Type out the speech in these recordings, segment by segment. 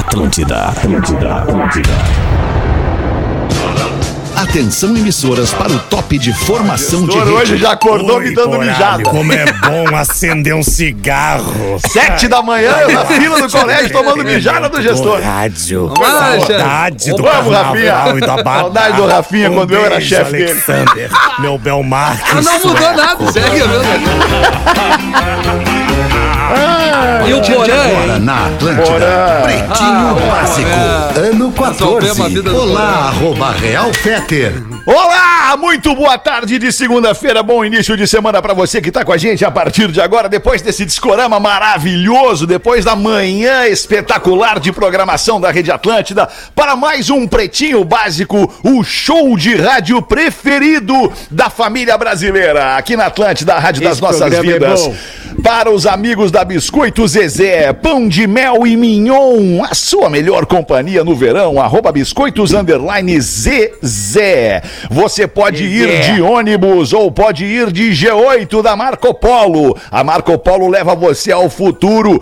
Atlântida. Atenção, emissoras, para o top de formação de rede. Hoje já acordou me dando mijada. Como é bom acender um cigarro. 7 da manhã, eu na fila do colégio tomando mijada do gestor. Rádio. Saudade do Rafinha. Saudade do Rafinha quando eu era chefe dele. Alexander, meu Belmarques. Não mudou nada, segue mesmo. E o Porã? Agora na Atlântida, Pretinho Básico, ano 14. Olá, @Real Fetter. Olá, muito boa tarde de segunda-feira, bom início de semana pra você que tá com a gente a partir de agora, depois desse discorama maravilhoso, depois da manhã espetacular de programação da Rede Atlântida, para mais um Pretinho Básico, o show de rádio preferido da família brasileira, aqui na Atlântida, a rádio das nossas vidas. Para os amigos da Biscoito Zezé, pão de mel e mignon, a sua melhor companhia no verão, @biscoitos_Zezé. Você pode ir de ônibus ou pode ir de G8 da Marco Polo. A Marco Polo leva você ao futuro.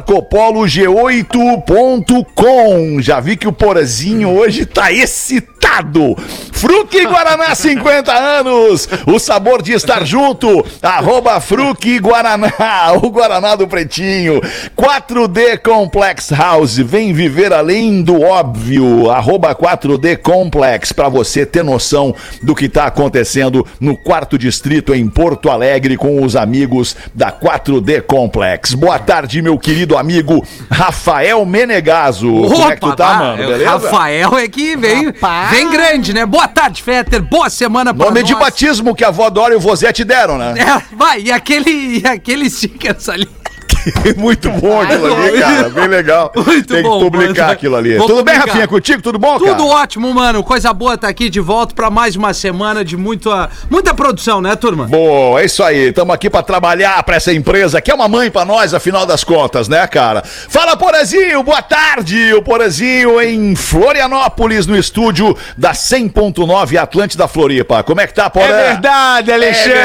MarcoPoloG8.com. Já vi que o Porazinho hoje tá excitado. Fruque Guaraná, 50 anos. O sabor de estar junto. @Fruque Guaraná, o Guaraná do Pretinho. 4D Complex House. Vem viver além do óbvio. @4D Complex, pra você ter noção do que está acontecendo no 4º Distrito em Porto Alegre com os amigos da 4D Complex. Boa tarde, meu querido amigo Rafael Menegaso. Como é que tu tá, mano? Beleza? Rafael é que vem grande, né? Boa tarde, Fetter. Boa semana pra nome nós. de batismo que a avó Dora e o Vozé te deram, né? Vai, e aquele stickers ali. Muito bom aquilo ali, cara. Bem legal. Muito Tem bom, que publicar mano. aquilo ali. Vou Tudo publicar. bem, Rafinha? Contigo? Tudo bom, cara? Tudo ótimo, mano. Coisa boa tá aqui de volta pra mais uma semana de muita produção, né, turma? Boa, é isso aí. Estamos aqui pra trabalhar pra essa empresa que é uma mãe pra nós, afinal das contas, né, cara? Fala, Porazinho. Boa tarde. O Porazinho em Florianópolis, no estúdio da 100.9 Atlântida Floripa. Como é que tá, Porã? É verdade, Alexandre,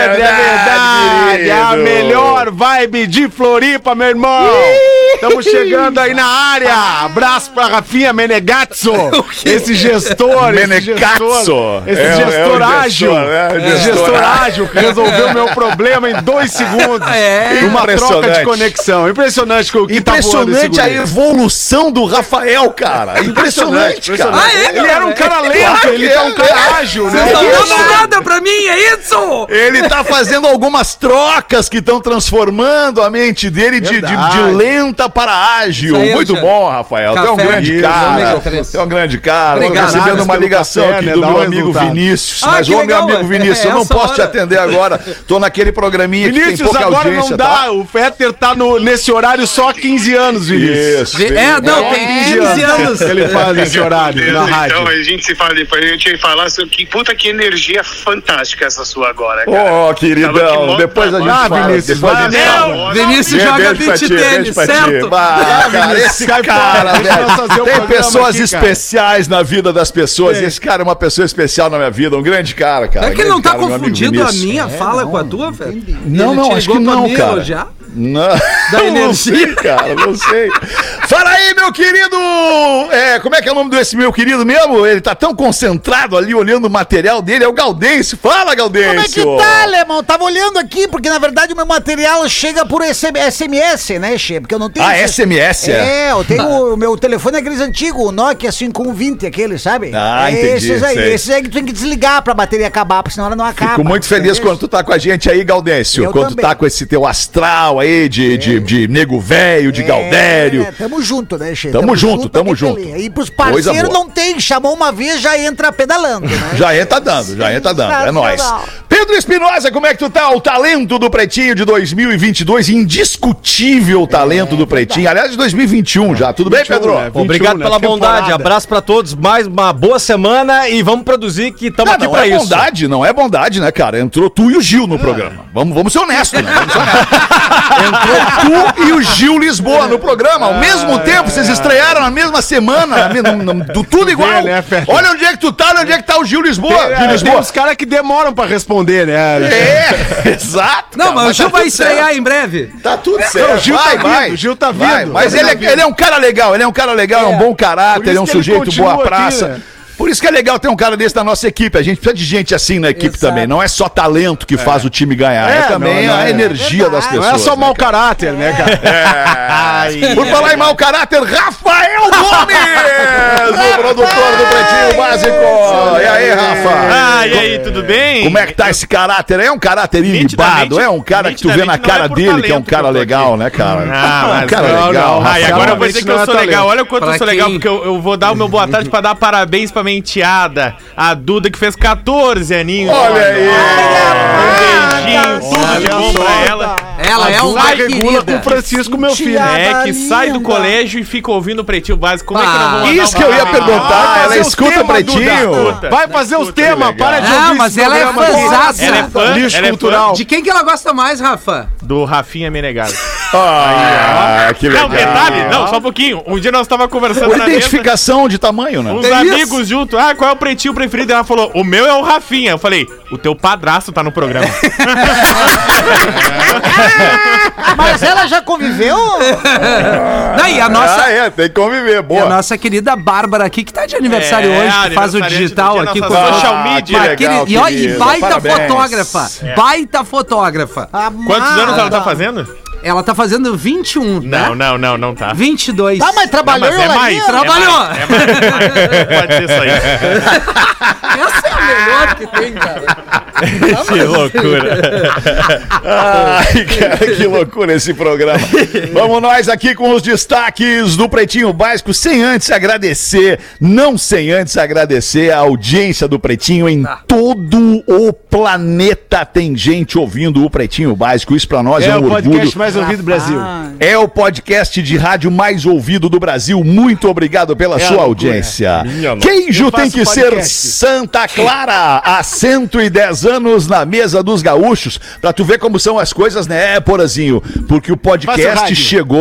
é verdade. A melhor vibe de Floripa, meu irmão. Estamos chegando aí na área. Abraço pra Rafinha Menegazzo. Esse gestor. Esse gestor ágil. Esse gestor ágil que resolveu o meu problema em 2 segundos. Uma troca de conexão. Impressionante o que tá voando esse Impressionante a guri. evolução do Rafael, cara. Impressionante, cara. Ele era um cara lento, ele tá um cara ágil, né? Não dando nada pra mim, é isso? Ele tá fazendo algumas trocas que estão transformando a mente dele de lenta para ágil. Aí, Muito bom, Rafael. Tu é um Café, grande isso, cara. amigo. Tu é um grande cara. Tô Obrigado. recebendo uma ligação Café, aqui né? do Dá meu um amigo resultado. Vinícius. Ah, Mas, que ô, meu legal, amigo Vinícius, eu não essa posso te hora. atender agora. Tô naquele programinha que tem Vinícius, pouca agora audiência, não dá. tá? O Fetter tá nesse horário só há 15 anos, Vinícius. Isso. Tem 15 anos. Ele faz nesse horário na rádio. Então, a gente se fala depois, a gente vai falar sobre que puta que energia fantástica essa sua agora, cara. Ô, queridão, depois a gente fala. Vinícius, Depois a vai, gente fala. meu. Vinícius Beijo joga pra beat ti, tênis, beijo pra ti. certo? Bah, cara, esse cara, Deixa eu fazer velho. o Tem programa pessoas aqui, cara. especiais na vida das pessoas. E esse cara é uma pessoa especial na minha vida, um grande cara, cara. É que ele não Grande tá cara, meu amigo confundindo a Vinícius. minha fala com a tua, Fetter? Não, Ele te acho que ligou pra não, me cara. elogiar? Não, Da não energia. sei, cara, não sei. Fala aí, meu querido! Como é que é o nome desse meu querido mesmo? Ele tá tão concentrado ali, olhando o material dele, é o Gaudêncio. Fala, Gaudêncio! Como é que tá, alemão? Tava olhando aqui, porque na verdade o meu material chega por SMS, né, Che? Porque eu não tenho... SMS, eu tenho... O meu telefone é aqueles antigos, o Nokia 5120, aquele, sabe? Entendi, Esses aí, sei. esses aí que tu tem que desligar pra bateria acabar, porque senão ela não acaba. Fico muito feliz quando tu tá com a gente aí, Gaudêncio. Eu Quando tu também. tá com esse teu astral aí de nego velho, de Gaudério. Tamo junto, né, Che? Tamo junto. E pros Coisa parceiros boa. não tem, chamou uma vez, já entra pedalando, né? Já entra dando. É nóis. Pedro Espinosa, como é que tu tá? O talento do Pretinho de 2022, indiscutível talento do Pretinho. Aliás, de 2021 já. Tudo bem, Pedro? né? Obrigado 21, pela né? bondade, Temporada. abraço pra todos, mais uma boa semana e vamos produzir que estamos aqui pra isso. Não é bondade, né, cara? Entrou tu e o Gil no programa. Vamos ser honestos, né? Entrou tu e o Gil Lisboa no programa. Ao mesmo tempo, vocês estrearam na mesma semana, tudo igual. né, Fer? Olha onde é que tu tá, onde é que tá o Gil Lisboa. Gil Tem Lisboa. uns caras que demoram pra responder poder, né? Exato. Não, mas o Gil tá vai tudo certo. estrear em breve. Tá tudo certo. Não, o Gil o Gil tá vindo. Mas ele é um cara legal, é um bom caráter, ele é um sujeito boa praça. Aqui, né? Por isso que é legal ter um cara desse na nossa equipe. A gente precisa de gente assim na equipe também. Não é só talento que faz o time ganhar, é também a energia das pessoas. Não é só mau caráter, né, cara? Por falar em mau caráter, Rafael Gomes, o produtor do Pretinho Básico. E aí, Rafa? E aí, tudo bem? Como é que tá esse caráter? É um caráter ilibado, é um cara que tu vê na cara dele que é um cara legal, né, cara? Ah, um cara legal. E agora eu vou dizer que eu sou legal. Olha o quanto eu sou legal, quem? porque eu vou dar o meu boa tarde pra dar parabéns pra minha enteada, a Duda, que fez 14 aninhos. Olha aí. Um beijinho, tudo de bom pra ela. Ela é uma regula com o querida. Francisco, meu filho. É, que sai do colégio e fica ouvindo o Pretinho Básico. Como é que eu não vou mandar Isso que eu ia perguntar, ela fazer os escuta temas, Pretinho. Duda. Vai fazer os temas, para de Não, ouvir mas esse ela é programa aqui. fãzaça. Ela é fã, Lixo ela é cultural. fã De quem que ela gosta mais, Rafa? do Rafinha Menegaso. Que legal. Não, detalhe, não, só um pouquinho. Um dia nós tava conversando Por na mesa, identificação de tamanho, né? uns amigos junto. Qual é o pretinho preferido? Ela falou, o meu é o Rafinha. Eu falei, o teu padrasto tá no programa. Mas ela já conviveu? Não, e a nossa... tem que conviver, E boa. a nossa querida Bárbara aqui, que tá de aniversário hoje, que faz o aniversariante digital do dia, aqui nossa com social media. Que legal, e querida. baita Parabéns. fotógrafa. Baita fotógrafa. Quantos anos ela tá fazendo? Ela tá fazendo 21, né? Não tá. 22. Tá, mas trabalhou Mas é ela mais. Trabalhou. É mais. Pode ser isso aí. Essa é a melhor que tem, cara. Que loucura. Ai, cara, que loucura esse programa. Vamos nós aqui com os destaques do Pretinho Básico, sem antes agradecer a audiência do Pretinho em todo o planeta. Tem gente ouvindo o Pretinho Básico, isso pra nós é um o orgulho. podcast mais ouvido do Brasil. É o podcast de rádio mais ouvido do Brasil. Muito obrigado pela sua audiência. Queijo tem que ser Santa Clara, há 110 anos na mesa dos gaúchos. Pra tu ver como são as coisas, né, Porazinho? Porque o podcast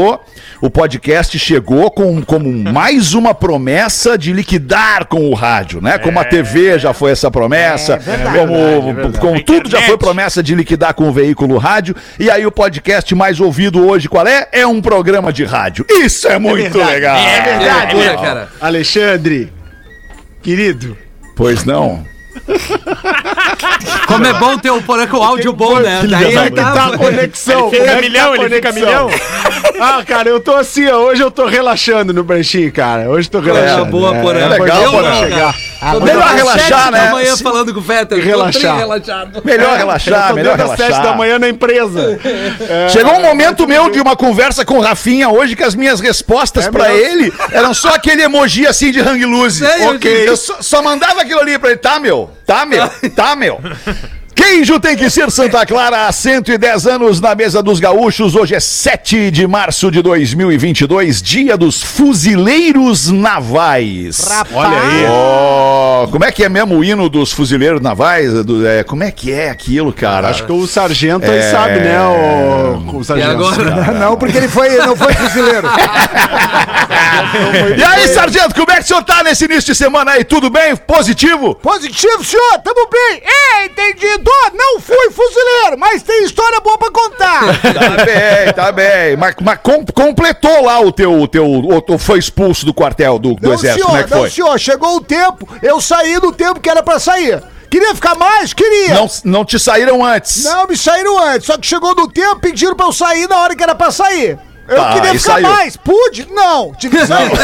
chegou como mais uma promessa de liquidar com o rádio, né? Como a TV já foi essa promessa, como tudo já foi promessa de liquidar com o veículo rádio. E aí o podcast mais ouvido hoje, qual é? É um programa de rádio. Isso é muito legal. É verdade, cara. Alexandre, querido. Pois não. Como é bom ter o porão com áudio bom, né? Daí Como é que tá a conexão? Ele fica milhão. Cara, eu tô assim, ó, hoje eu tô relaxando no branchinho, cara. Hoje eu tô relaxando. boa, Porã. É legal, Porã. Melhor relaxar, né? Amanhã falando com o Fetter. Relaxar. Melhor relaxar, melhor Às 7 da relaxar. manhã na empresa. Chegou um momento meu de uma conversa com o Rafinha hoje que as minhas respostas pra ele eram só aquele emoji assim de hang loose. Sei, Eu só mandava aquilo ali pra ele, tá, meu? Queijo tem que ser Santa Clara, há 110 anos na mesa dos gaúchos. Hoje é 7 de março de 2022, dia dos fuzileiros navais. Olha aí. Como é que é mesmo o hino dos fuzileiros navais? Como é que é aquilo, cara? Acho que o sargento aí sabe, né? O sargento. E agora? Não, porque ele não foi fuzileiro. E aí, sargento, como é que o senhor tá nesse início de semana aí? Tudo bem? Positivo? Positivo, senhor, tamo bem. Entendido. Não fui fuzileiro, mas tem história boa pra contar. Tá bem. Mas completou lá o teu foi expulso do quartel do exército, senhor, como é que foi? senhor, chegou o tempo, eu saí do tempo que era pra sair. Queria ficar mais? Queria. Não te saíram antes? Não, me saíram antes, só que chegou no tempo, pediram pra eu sair na hora que era pra sair. Eu queria ficar saiu. mais. Pude? Não. Tive que sair.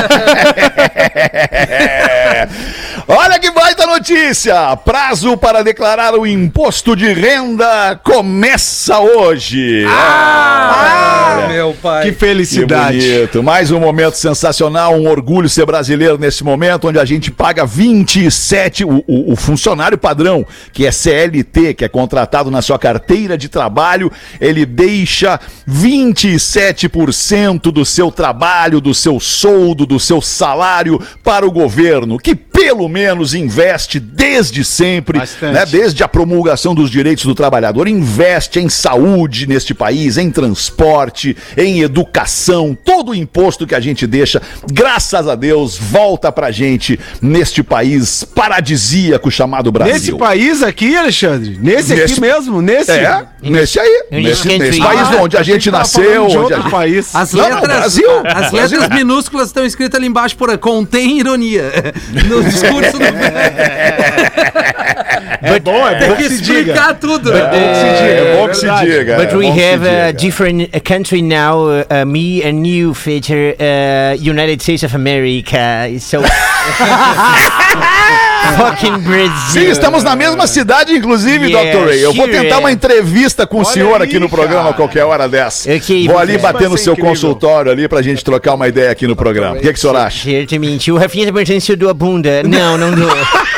Olha que baita notícia! Prazo para declarar o imposto de renda começa hoje. Meu pai. Que Que felicidade. bonito. Mais um momento sensacional, um orgulho ser brasileiro nesse momento, onde a gente paga 27, o funcionário padrão, que é CLT, que é contratado na sua carteira de trabalho, ele deixa 27% do seu trabalho, do seu soldo, do seu salário para o governo. Que pelo menos investe desde sempre, né, desde a promulgação dos direitos do trabalhador, investe em saúde neste país, em transporte, em educação, todo o imposto que a gente deixa, graças a Deus, volta pra gente neste país paradisíaco chamado Brasil. Nesse país aqui, Alexandre? Nesse aqui mesmo? Nesse aí. Nesse país onde a gente nasceu. Onde a gente... país. As letras minúsculas estão escritas ali embaixo contém ironia. No discurso do... É bom tem que explicar tudo. É bom que se diga. But we have a different country now, me and you feature United States of America. So... Fucking Brazil. Sim, estamos na mesma cidade, inclusive, Dr. Ray. Eu vou tentar uma entrevista com o senhor aqui no programa a qualquer hora dessa. Vou ali bater no seu consultório ali pra gente trocar uma ideia aqui no programa. O que o senhor acha? Certamente. O Rafinha tá perguntando se eu dou a bunda. Não dou.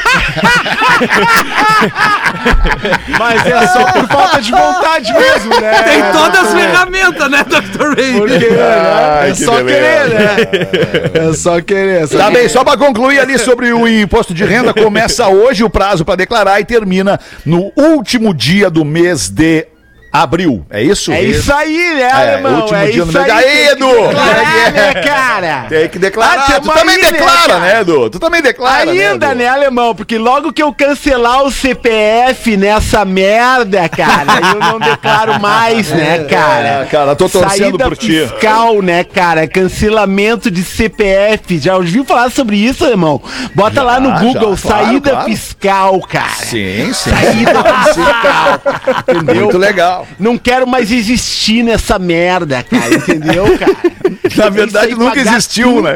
Mas é só por falta de vontade mesmo, né? Tem todas as ferramentas, né, Dr. Ray? Porque é só querer, né? É só querer. Tá bem, só pra concluir ali sobre o imposto de renda, começa hoje o prazo pra declarar e termina no último dia do mês de abril, é isso? É isso aí, né, alemão? Último dia do mês de... Aí, Edu! Cara? Tem que declarar. Tu também declara, né, Edu? Tu também declara, ainda, né, alemão? Porque logo que eu cancelar o CPF nessa merda, cara, eu não declaro mais, né, cara? Cara, tô torcendo por ti. Saída fiscal, né, cara? Cancelamento de CPF. Já ouviu falar sobre isso, alemão? Bota lá no Google, saída fiscal, cara. Sim. Saída fiscal. Entendeu? Muito legal. Não quero mais existir nessa merda, cara, entendeu, cara? Na verdade, nunca existiu, né?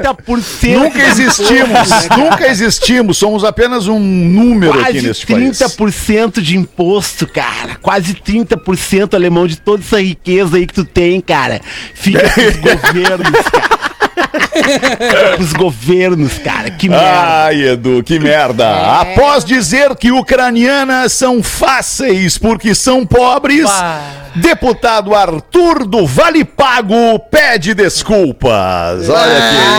Nunca existimos. Somos apenas um número aqui neste país. Quase 30% de imposto, cara. Quase 30%, alemão, de toda essa riqueza aí que tu tem, cara. Fica pros governos, cara. Os governos, cara, que merda. Ai, Edu, que merda. Após dizer que ucranianas são fáceis porque são pobres, deputado Arthur do Vale Pago pede desculpas. Olha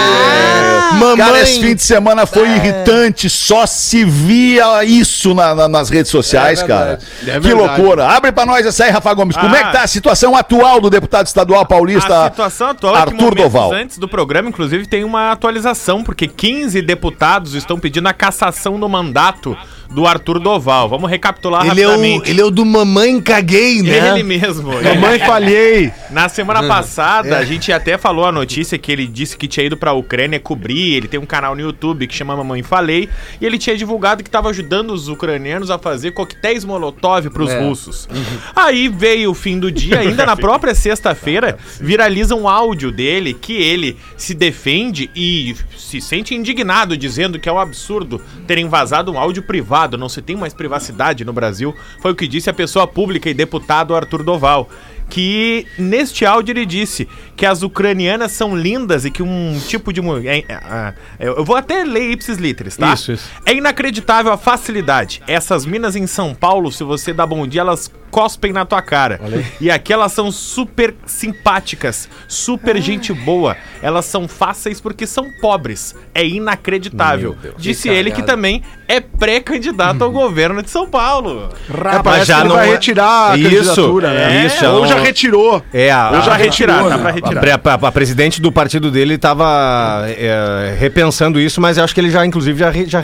aqui. Cara, esse fim de semana foi irritante, só se via isso nas redes sociais, cara. Que loucura. Abre pra nós essa aí, Rafa Gomes. Como é que tá a situação atual do deputado estadual paulista? A situação atual Arthur Doval. Antes do programa, inclusive, tem uma atualização, porque 15 deputados estão pedindo a cassação do mandato do Arthur Doval. Vamos recapitular rapidamente. Ele é o do Mamãe Caguei, né? Ele mesmo. Mamãe Falhei. Na semana passada, a gente até falou a notícia que ele disse que tinha ido pra Ucrânia cobrir. Ele tem um canal no YouTube que chama Mamãe Falei. E ele tinha divulgado que estava ajudando os ucranianos a fazer coquetéis Molotov pros russos. Aí veio o fim do dia, ainda na própria sexta-feira, viraliza um áudio dele que ele se defende e se sente indignado, dizendo que é um absurdo terem vazado um áudio privado. Não se tem mais privacidade no Brasil. Foi o que disse a pessoa pública e deputado Arthur Doval. Que neste áudio ele disse que as ucranianas são lindas e que um tipo de mulher... eu vou até ler ipsis literis, tá? Isso. É inacreditável a facilidade. Essas minas em São Paulo, se você dá bom dia, elas cospem na tua cara. E aqui elas são super simpáticas, super gente boa. Elas são fáceis porque são pobres. É inacreditável. Disse ele que também é pré-candidato ao governo de São Paulo. Rapaz, já não vai retirar a candidatura, né? Isso, ou já retirou. Ou já retirar, tá pra retirar. A presidente do partido dele tava repensando isso, mas eu acho que ele já, inclusive,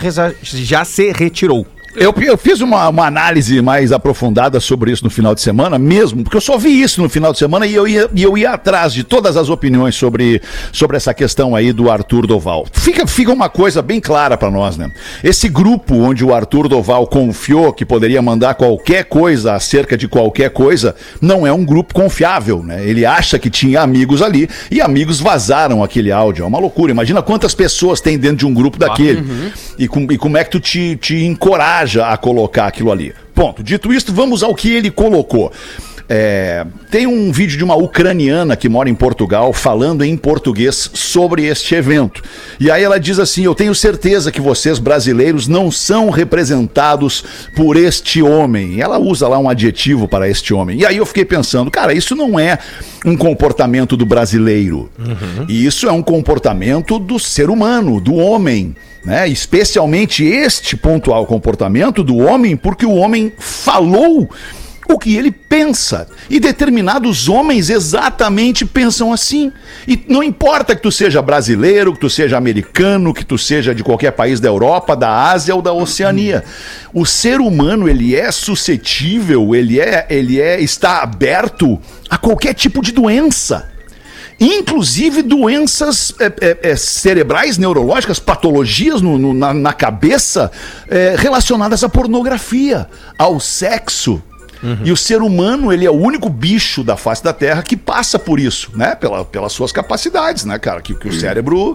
já se retirou. Eu fiz uma análise mais aprofundada sobre isso no final de semana mesmo, porque eu só vi isso no final de semana e eu ia atrás de todas as opiniões sobre essa questão aí do Arthur Doval. Fica uma coisa bem clara pra nós, né? Esse grupo onde o Arthur Doval confiou que poderia mandar qualquer coisa acerca de qualquer coisa, não é um grupo confiável, né? Ele acha que tinha amigos ali e amigos vazaram aquele áudio. É uma loucura. Imagina quantas pessoas tem dentro de um grupo daquele. E como é que tu te encoraja a colocar aquilo ali. Ponto. Dito isto, vamos ao que ele colocou. Tem um vídeo de uma ucraniana que mora em Portugal falando em português sobre este evento. E aí ela diz assim: eu tenho certeza que vocês brasileiros não são representados por este homem. E ela usa lá um adjetivo para este homem. E aí eu fiquei pensando, cara, isso não é um comportamento do brasileiro. E isso é um comportamento do ser humano, do homem. Né? Especialmente este pontual comportamento do homem, porque o homem falou o que ele pensa. E determinados homens exatamente pensam assim. E não importa que tu seja brasileiro, que tu seja americano, que tu seja de qualquer país da Europa, da Ásia ou da Oceania. O ser humano, ele é suscetível, ele está aberto a qualquer tipo de doença. Inclusive doenças cerebrais, neurológicas, patologias na cabeça relacionadas à pornografia, ao sexo. E o ser humano, ele é o único bicho da face da Terra que passa por isso, né? Pelas suas capacidades, né, cara? Que o cérebro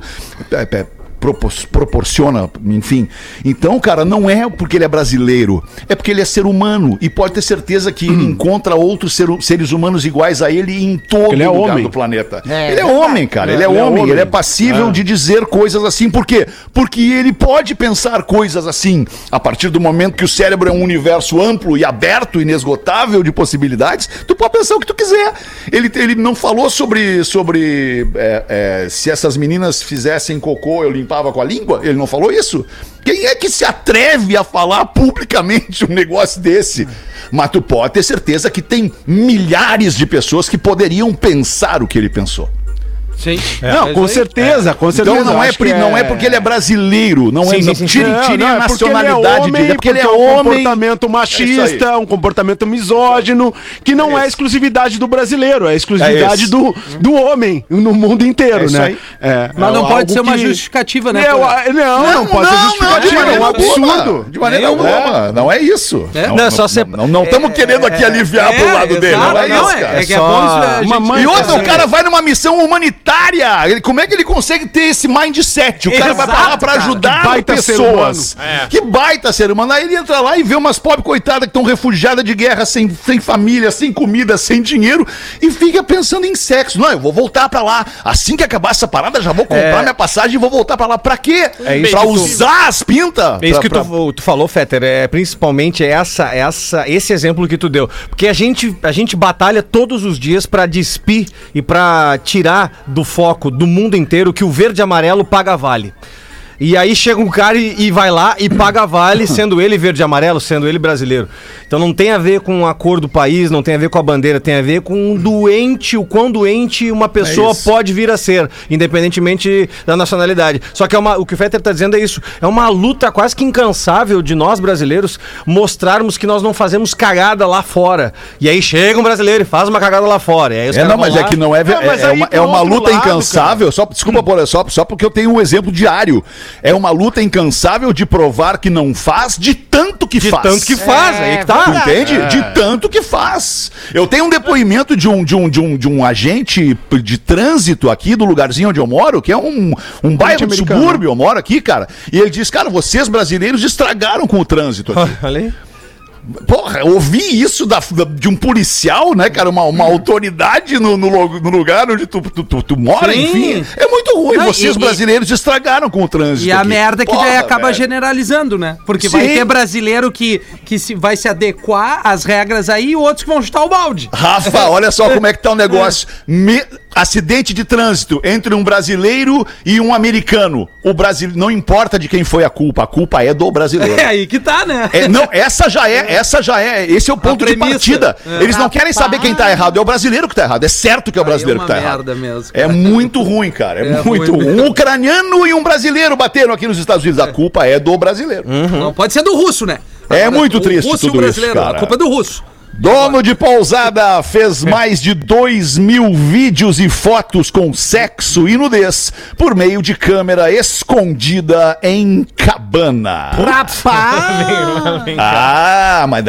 proporciona, enfim. Então, cara, não é porque ele é brasileiro, é porque ele é ser humano e pode ter certeza que ele encontra outros seres humanos iguais a ele em todo lugar do planeta. Ele é homem, cara, ele é homem, ele é passível de dizer coisas assim. Por quê? Porque ele pode pensar coisas assim. A partir do momento que o cérebro é um universo amplo e aberto, inesgotável de possibilidades, tu pode pensar o que tu quiser. Ele não falou sobre se essas meninas fizessem cocô, eu limpava com a língua? Ele não falou isso? Quem é que se atreve a falar publicamente um negócio desse? Mas tu pode ter certeza que tem milhares de pessoas que poderiam pensar o que ele pensou. Sim. Não, com certeza, com certeza. Então não é porque ele é brasileiro, não é. Tire a nacionalidade dele, porque ele é homem. Um comportamento machista, um comportamento misógino, que não é exclusividade do brasileiro, é exclusividade do homem no mundo inteiro, né? Mas não pode ser uma justificativa, né? Não pode ser justificativa, é um absurdo. De maneira alguma, não é isso. Não estamos querendo aqui aliviar pro lado dele, não é isso, cara. É que é bom. E outro, o cara vai numa missão humanitária. Como é que ele consegue ter esse mindset? O cara vai pra lá pra ajudar pessoas. Que baita ser humano. Aí ele entra lá e vê umas pobres coitadas que estão refugiadas de guerra, sem família, sem comida, sem dinheiro, e fica pensando em sexo. Não, eu vou voltar pra lá. Assim que acabar essa parada, já vou comprar minha passagem e vou voltar pra lá. Pra quê? Pra usar as pintas? É isso que tu falou, Fetter. Principalmente esse exemplo que tu deu. Porque a gente batalha todos os dias pra despir e pra tirar do foco do mundo inteiro que o verde e amarelo paga vale. E aí chega um cara e vai lá e paga vale, sendo ele verde e amarelo, sendo ele brasileiro. Então não tem a ver com a cor do país, não tem a ver com a bandeira, tem a ver com o quão doente uma pessoa pode vir a ser, independentemente da nacionalidade. Só que o que o Fetter tá dizendo é isso, é uma luta quase que incansável de nós brasileiros mostrarmos que nós não fazemos cagada lá fora. E aí chega um brasileiro e faz uma cagada lá fora. E aí mas é que não é... É uma luta incansável, só porque eu tenho um exemplo diário. É uma luta incansável de provar que não faz de tanto que faz. De tanto que faz, aí que tá. Entende? De tanto que faz. Eu tenho um depoimento de um agente de trânsito aqui do lugarzinho onde eu moro, que é um bairro de subúrbio, eu moro aqui, cara. E ele diz, cara, vocês brasileiros estragaram com o trânsito aqui. Olha aí. Porra, ouvir isso de um policial, né, cara? Uma autoridade no lugar onde tu mora, Sim. Enfim. É muito ruim. Vocês brasileiros estragaram com o trânsito. E a merda que daí acaba generalizando, né? Porque vai ter brasileiro que vai se adequar às regras aí e outros que vão chutar o balde. Rafa, olha só como é que tá o negócio. Acidente de trânsito entre um brasileiro e um americano. O brasileiro, não importa de quem foi a culpa é do brasileiro. É aí que tá, né? Esse é o ponto de partida. Eles não querem saber quem tá errado, é o brasileiro que tá errado. É certo que é o brasileiro que tá errado. Mesmo, é muito ruim, cara. É muito ruim. Um ucraniano e um brasileiro bateram aqui nos Estados Unidos. A culpa é do brasileiro. Não pode ser do russo, né? É muito triste tudo isso, cara. A culpa é do russo. Dono de pousada fez mais de 2.000 vídeos e fotos com sexo e nudez por meio de câmera escondida em cabana. Mas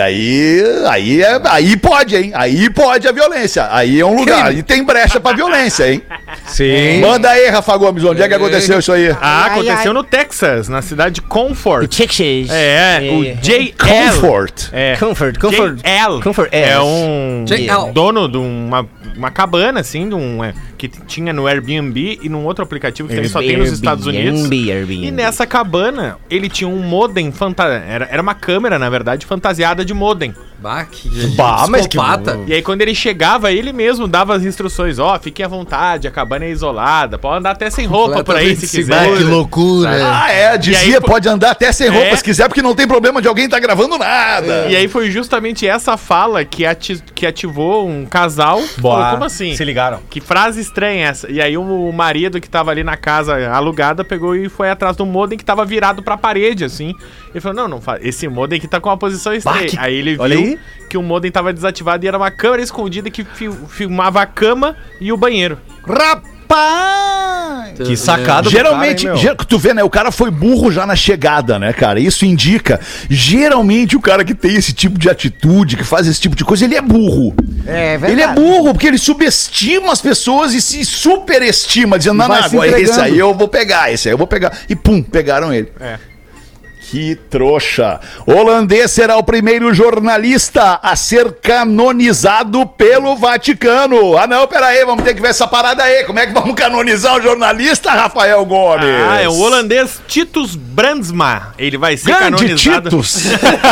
aí pode, hein? Aí pode a violência. Aí é um lugar. E tem brecha pra violência, hein? Sim. Manda aí, Rafa Gomes, onde é que aconteceu isso aí? Aconteceu no Texas, na cidade de Comfort. Texas. O J.L. Comfort. Comfort. É um J.L. dono de uma cabana, assim, que tinha no Airbnb e num outro aplicativo que só tem nos Estados Unidos. E nessa cabana, ele tinha um modem era uma câmera, na verdade, fantasiada de modem. Mas que... E aí, quando ele chegava, ele mesmo dava as instruções. Fique à vontade, a cabana é isolada. Pode andar até sem roupa por aí, se quiser. Que loucura. Dizia, aí, pode andar até sem roupa se quiser, porque não tem problema de alguém tá gravando nada. E aí foi justamente essa fala que ativou um casal. Falou, como assim? Se ligaram. Que frase estranha essa? E aí o marido que tava ali na casa alugada pegou e foi atrás do modem que tava virado pra parede, assim. Ele falou, não esse modem aqui tá com uma posição estranha. Aí ele viu que o modem tava desativado e era uma câmera escondida que filmava a cama e o banheiro. Rapaz! Que sacada. Geralmente, tu vê, né? O cara foi burro já na chegada, né, cara? Isso indica. Geralmente o cara que tem esse tipo de atitude, que faz esse tipo de coisa, ele é burro. É verdade. Ele é burro, porque ele subestima as pessoas e se superestima, dizendo, não, agora esse aí eu vou pegar, E pum, pegaram ele. Que trouxa. Holandês será o primeiro jornalista a ser canonizado pelo Vaticano. Não, peraí, vamos ter que ver essa parada aí. Como é que vamos canonizar um jornalista, Rafael Gomes? É o holandês Titus Brandsma. Ele vai ser canonizado. Titus. Esse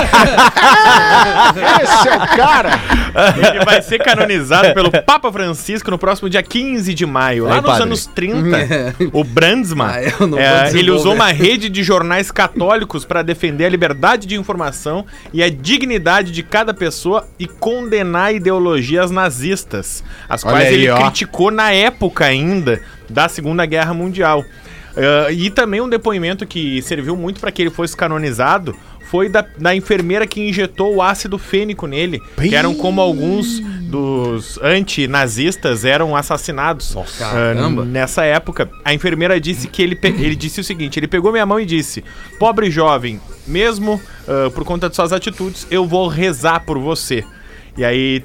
é o cara. Ele vai ser canonizado pelo Papa Francisco no próximo dia 15 de maio. Lá nos anos 30, o Brandsma, ele usou uma rede de jornais católicos para defender a liberdade de informação e a dignidade de cada pessoa e condenar ideologias nazistas, as quais ele criticou na época ainda da Segunda Guerra Mundial. E também um depoimento que serviu muito para que ele fosse canonizado foi da enfermeira que injetou o ácido fênico nele, que eram como alguns dos antinazistas eram assassinados nessa época. A enfermeira disse que ele disse o seguinte, ele pegou minha mão e disse, pobre jovem, mesmo por conta de suas atitudes, eu vou rezar por você. E aí,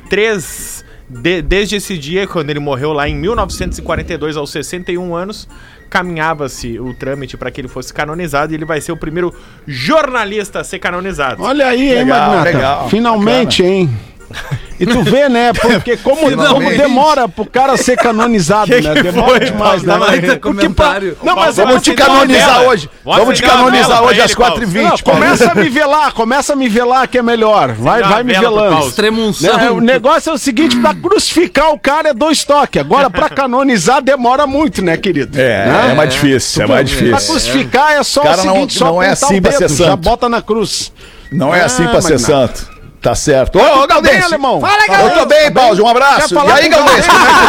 desde esse dia, quando ele morreu lá em 1942, aos 61 anos, caminhava-se o trâmite para que ele fosse canonizado e ele vai ser o primeiro jornalista a ser canonizado. Olha aí, hein, Magnata? Finalmente, bacana. Hein? E tu vê, né? Porque como demora pro cara ser canonizado, né? Demora demais, né? Não, mas vamos te canonizar hoje. Vamos te canonizar hoje às 4h20. Começa a me velar que é melhor. Vai me velando. Extremunção. O negócio é o seguinte, pra crucificar o cara é 2 toques. Agora, pra canonizar, demora muito, né, querido? É mais difícil, Pra crucificar é só o seguinte, só não é assim pra ser santo. Já bota na cruz. Não é assim pra ser santo. Tá certo. Ô, Galdense. Alemão. Fala, Galdense. Eu tô bem, Paulo. Um abraço. E aí, Galdense, como é que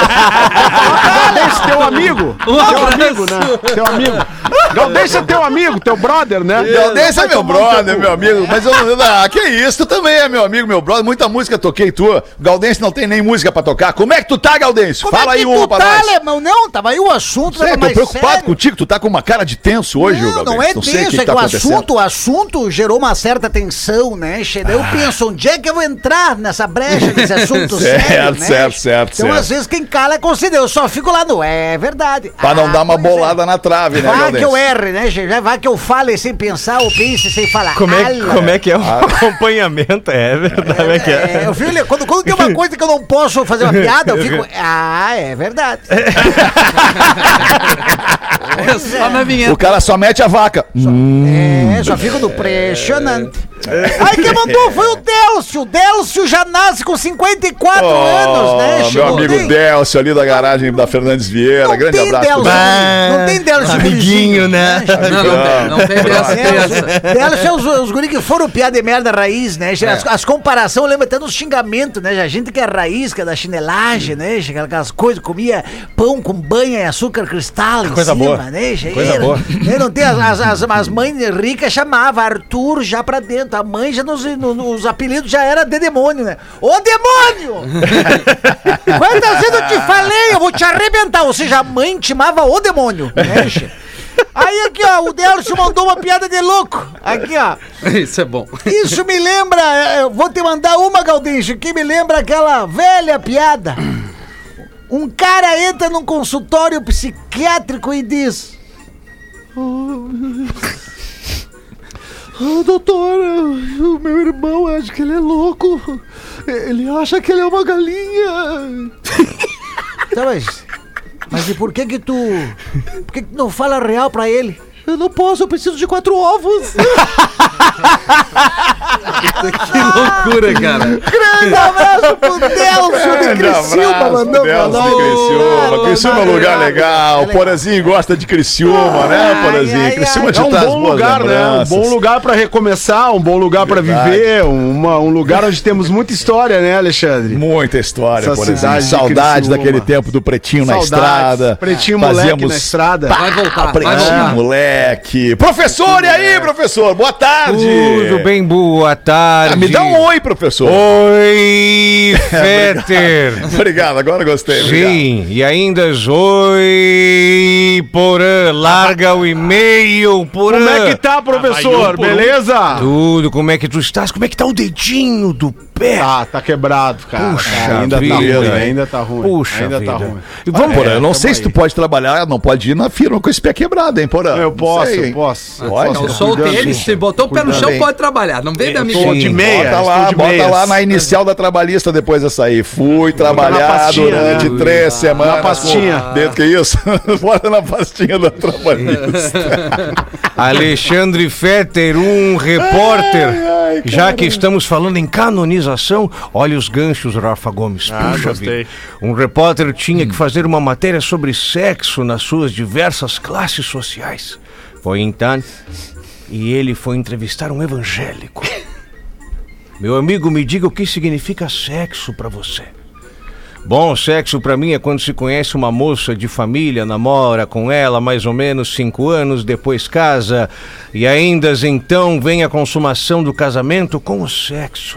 tá? Galdense, teu amigo. Teu amigo. Galdense é teu amigo, teu brother, né? Galdense é meu brother, meu amigo. Mas eu não... que isso? Tu também é meu amigo, meu brother. Muita música toquei tua. Galdense não tem nem música pra tocar. Como é que tu tá, Galdense? Fala aí uma pra nós. Alemão? Não, tava aí o assunto. Tô preocupado contigo. Tu tá com uma cara de tenso hoje, Galdense. Não é tenso, é que o assunto gerou uma certa tensão, né? Eu penso, onde é que eu vou entrar nessa brecha desse assunto sério, né? Certo. Então, às vezes, quem cala é considera. Eu só fico lá no é verdade. Pra não dar uma bolada na trave, né, Galdense? Vai que eu erre, né, gente? Vai que eu fale sem pensar ou pense sem falar. Como é que é o acompanhamento? É verdade. Eu fico, quando tem uma coisa que eu não posso fazer uma piada, eu fico... é verdade. O cara só mete a vaca. Só fico no impressionante. Aí quem mandou foi o Délcio. O Délcio já nasce com 54 anos, né? Meu amigo Délcio ali da garagem da Fernandes Vieira. Não grande abraço. Não tem Délcio. Amiguinho, né? Não tem dessa. Délcio é os guri que foram piada de merda raiz, né? As comparações, eu lembro até dos xingamentos, né? A gente que é raiz, que é da chinelagem, né? Aquelas coisas, comia pão com banha e açúcar cristal em coisa cima, boa. né? Coisa boa. Não tem as mães ricas chamavam Arthur já pra dentro. A mãe já nos apelidos já era de demônio, né? Ô demônio! Quantas vezes eu te falei, eu vou te arrebentar. Ou seja, a mãe te chamava o demônio, né? Aí aqui, ó, o Délcio mandou uma piada de louco. Aqui, ó. Isso é bom. Isso me lembra, eu vou te mandar uma, Galdense, que me lembra aquela velha piada. Um cara entra num consultório psiquiátrico e diz: doutor, o meu irmão acha que ele é louco. Ele acha que ele é uma galinha. Tá, mas e por que tu não fala real pra ele? Eu não posso, eu preciso de 4 ovos. Que loucura, cara. Grande abraço pro Nelson de Criciúma, mandou Criciúma. Criciúma é um lugar legal. O Porazinho gosta de Criciúma, né, Porazinho? Criciúma te é um traz bom boas lugar, lembranças. né? Um bom lugar pra recomeçar, um bom lugar pra viver, um lugar onde temos muita história, né, Alexandre? Muita história, Essa Porazinho. cidade de Saudade Criciúma. daquele tempo do Pretinho na estrada. Pretinho moleque na estrada. Vai voltar, Pretinho moleque. Professor, e aí, professor? Boa tarde. Tudo bem, boa tarde. Me dá um oi, professor. Oi, Fetter. Obrigado, agora gostei. Sim, e ainda oi, Porã. Larga o e-mail, Porã. Como é que tá, professor? Beleza? Tudo, como é que tu estás? Como é que tá o dedinho do pé? Tá quebrado, cara. Puxa Ainda vida, tá ruim, hein? ainda tá ruim. Puxa ainda vida. tá ruim. E vamos, Porã, eu não sei se tu pode trabalhar, não pode ir na firma com esse pé quebrado, hein, Porã? Eu posso, Sei, hein? eu posso. Pode? Não, sou o tênis, se botou o pé no chão, pode trabalhar. Não vem da minha. Tô de meia. Bota lá na inicial da trabalhista depois dessa aí. Fui trabalhar pastinha, durante né? 3 semanas. Na pastinha. Dentro que isso? Bota na pastinha da trabalhista. Alexandre Fetter, um repórter. Já que estamos falando em canonização, olha os ganchos, Rafa Gomes. Puxa gostei. vida. Um repórter tinha que fazer uma matéria sobre sexo nas suas diversas classes sociais. Foi então, e ele foi entrevistar um evangélico. Meu amigo, me diga o que significa sexo pra você. Bom, sexo pra mim é quando se conhece uma moça de família, namora com ela mais ou menos 5 anos, depois casa, e ainda então vem a consumação do casamento com o sexo.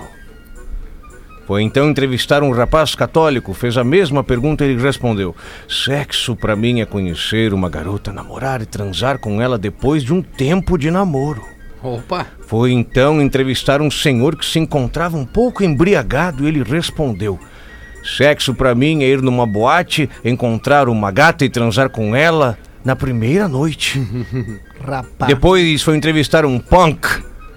Foi então entrevistar um rapaz católico, fez a mesma pergunta e ele respondeu: sexo pra mim é conhecer uma garota, namorar e transar com ela depois de um tempo de namoro. Opa! Foi então entrevistar um senhor que se encontrava um pouco embriagado e ele respondeu: sexo pra mim é ir numa boate, encontrar uma gata e transar com ela na primeira noite. Rapaz. Depois foi entrevistar um punk,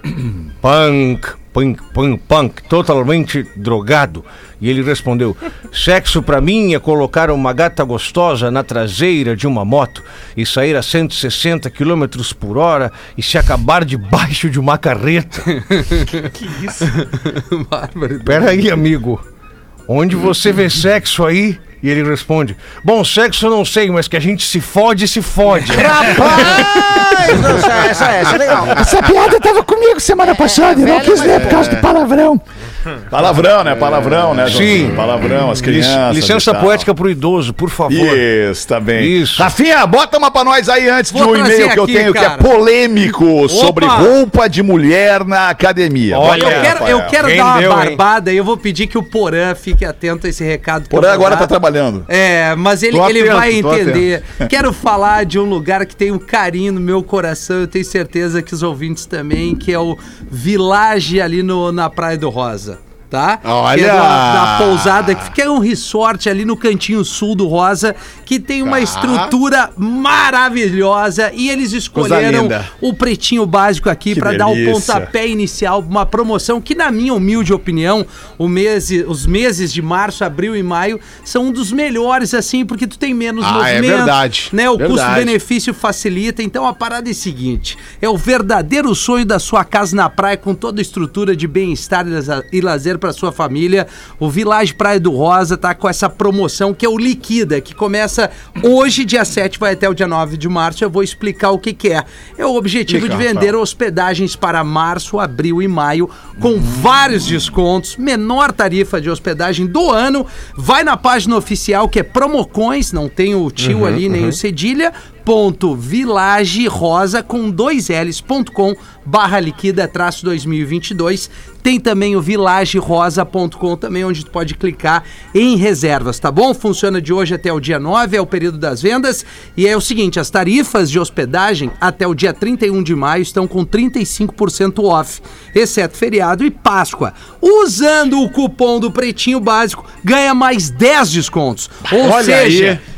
totalmente drogado. E ele respondeu: sexo pra mim é colocar uma gata gostosa na traseira de uma moto e sair a 160 km por hora e se acabar debaixo de uma carreta. Que isso? Bárbaro. Peraí, amigo. Onde você vê sexo aí? E ele responde: bom, sexo eu não sei, mas que a gente se fode, se fode. Rapaz! Essa é legal. Essa piada tava comigo semana passada e não quis ler por causa do palavrão. Palavrão, né? Palavrão, né, Sim. Palavrão, as crianças. Licença e tal. poética pro idoso, por favor. Isso, tá bem. Isso. Rafinha, bota uma pra nós aí antes de Vou um e-mail trazer que eu aqui, tenho, que cara. é polêmico, sobre roupa de mulher na academia. Olha, Bota aí, Eu Rafael. quero Quem dar uma deu, hein? barbada e eu vou pedir que o Porã fique atento a esse recado. que Porã eu vou agora dar. tá trabalhando. É, mas ele Tô vai atento, tô entender. Quero falar de um lugar que tem um carinho no meu coração, eu tenho certeza que os ouvintes também, que é o Village ali na Praia do Rosa. Tá? Olha! Que é da pousada, que é um resort ali no cantinho sul do Rosa, que tem uma estrutura maravilhosa e eles escolheram linda. o pretinho básico aqui Que para dar o delícia. pontapé inicial, uma promoção que, na minha humilde opinião, os meses de março, abril e maio são um dos melhores, assim, porque tu tem menos movimento, é verdade. né? O Verdade. custo-benefício facilita. Então a parada é a seguinte: é o verdadeiro sonho da sua casa na praia, com toda a estrutura de bem-estar e lazer para sua família. O Village Praia do Rosa tá com essa promoção que é o Liquida, que começa hoje, dia 7, vai até o dia 9 de março. Eu vou explicar o que é. É o objetivo de vender hospedagens para março, abril e maio, com vários descontos, menor tarifa de hospedagem do ano. Vai na página oficial, que é Promocões, não tem o tio ali, nem o Cedilha, www.vilagerosa com 2ls.com/liquida-2022. Tem também o vilagerosa.com também, onde tu pode clicar em reservas, tá bom? Funciona de hoje até o dia 9, é o período das vendas. E é o seguinte, as tarifas de hospedagem até o dia 31 de maio estão com 35% off, exceto feriado e Páscoa. Usando o cupom do Pretinho Básico, ganha mais 10 descontos. Ou Olha seja... aí.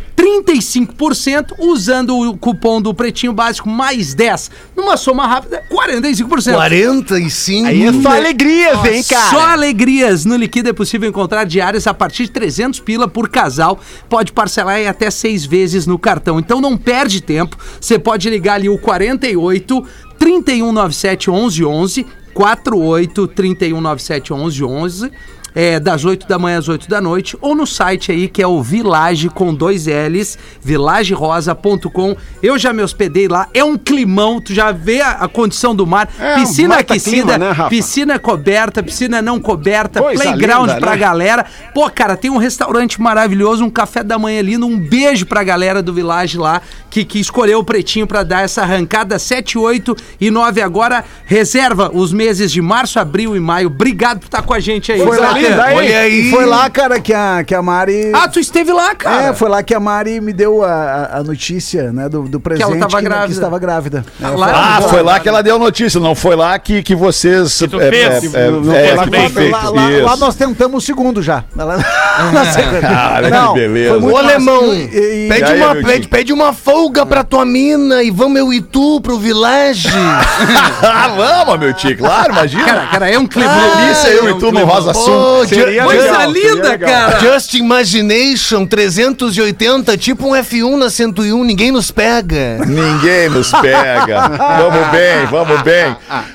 35% usando o cupom do Pretinho Básico mais 10. Numa soma rápida, 45%. 45. Aí é só alegrias, hein, cara? Só alegrias. No Liquida é possível encontrar diárias a partir de 300 pila por casal. Pode parcelar em até 6 vezes no cartão. Então não perde tempo. Você pode ligar ali o 48 3197 1111, 48 3197 1111. Das 8 da manhã às 8 da noite, ou no site aí que é o Village com 2Ls, vilagerosa.com. Eu já me hospedei lá, é um climão, tu já vê a condição do mar, piscina aquecida, clima, né, piscina coberta, piscina não coberta, coisa playground linda, pra galera. Pô, cara, tem um restaurante maravilhoso, um café da manhã lindo, um beijo pra galera do Village lá, que escolheu o Pretinho pra dar essa arrancada 7, 8 e 9 agora. Reserva os meses de março, abril e maio. Obrigado por estar com a gente aí. Foi lá, olha aí. Foi lá, cara, que a Mari... Ah, tu esteve lá, cara. Foi lá que a Mari me deu a notícia, né, do presente. Que ela tava grávida. Que estava grávida. Foi lá que ela deu a notícia, não foi lá que vocês... Que tu fez. Lá nós tentamos o segundo já. Não, que beleza. Ô, alemão, pede uma folga pra tua mina e vamos eu e tu pro Village. Vamos, meu tio, claro, imagina. Cara, é um clima. Delícia, eu e tu no Rosa Sul. Coisa linda, cara. Just Imagination 380, tipo um F1 na 101, ninguém nos pega. Ninguém nos pega. Vamos bem.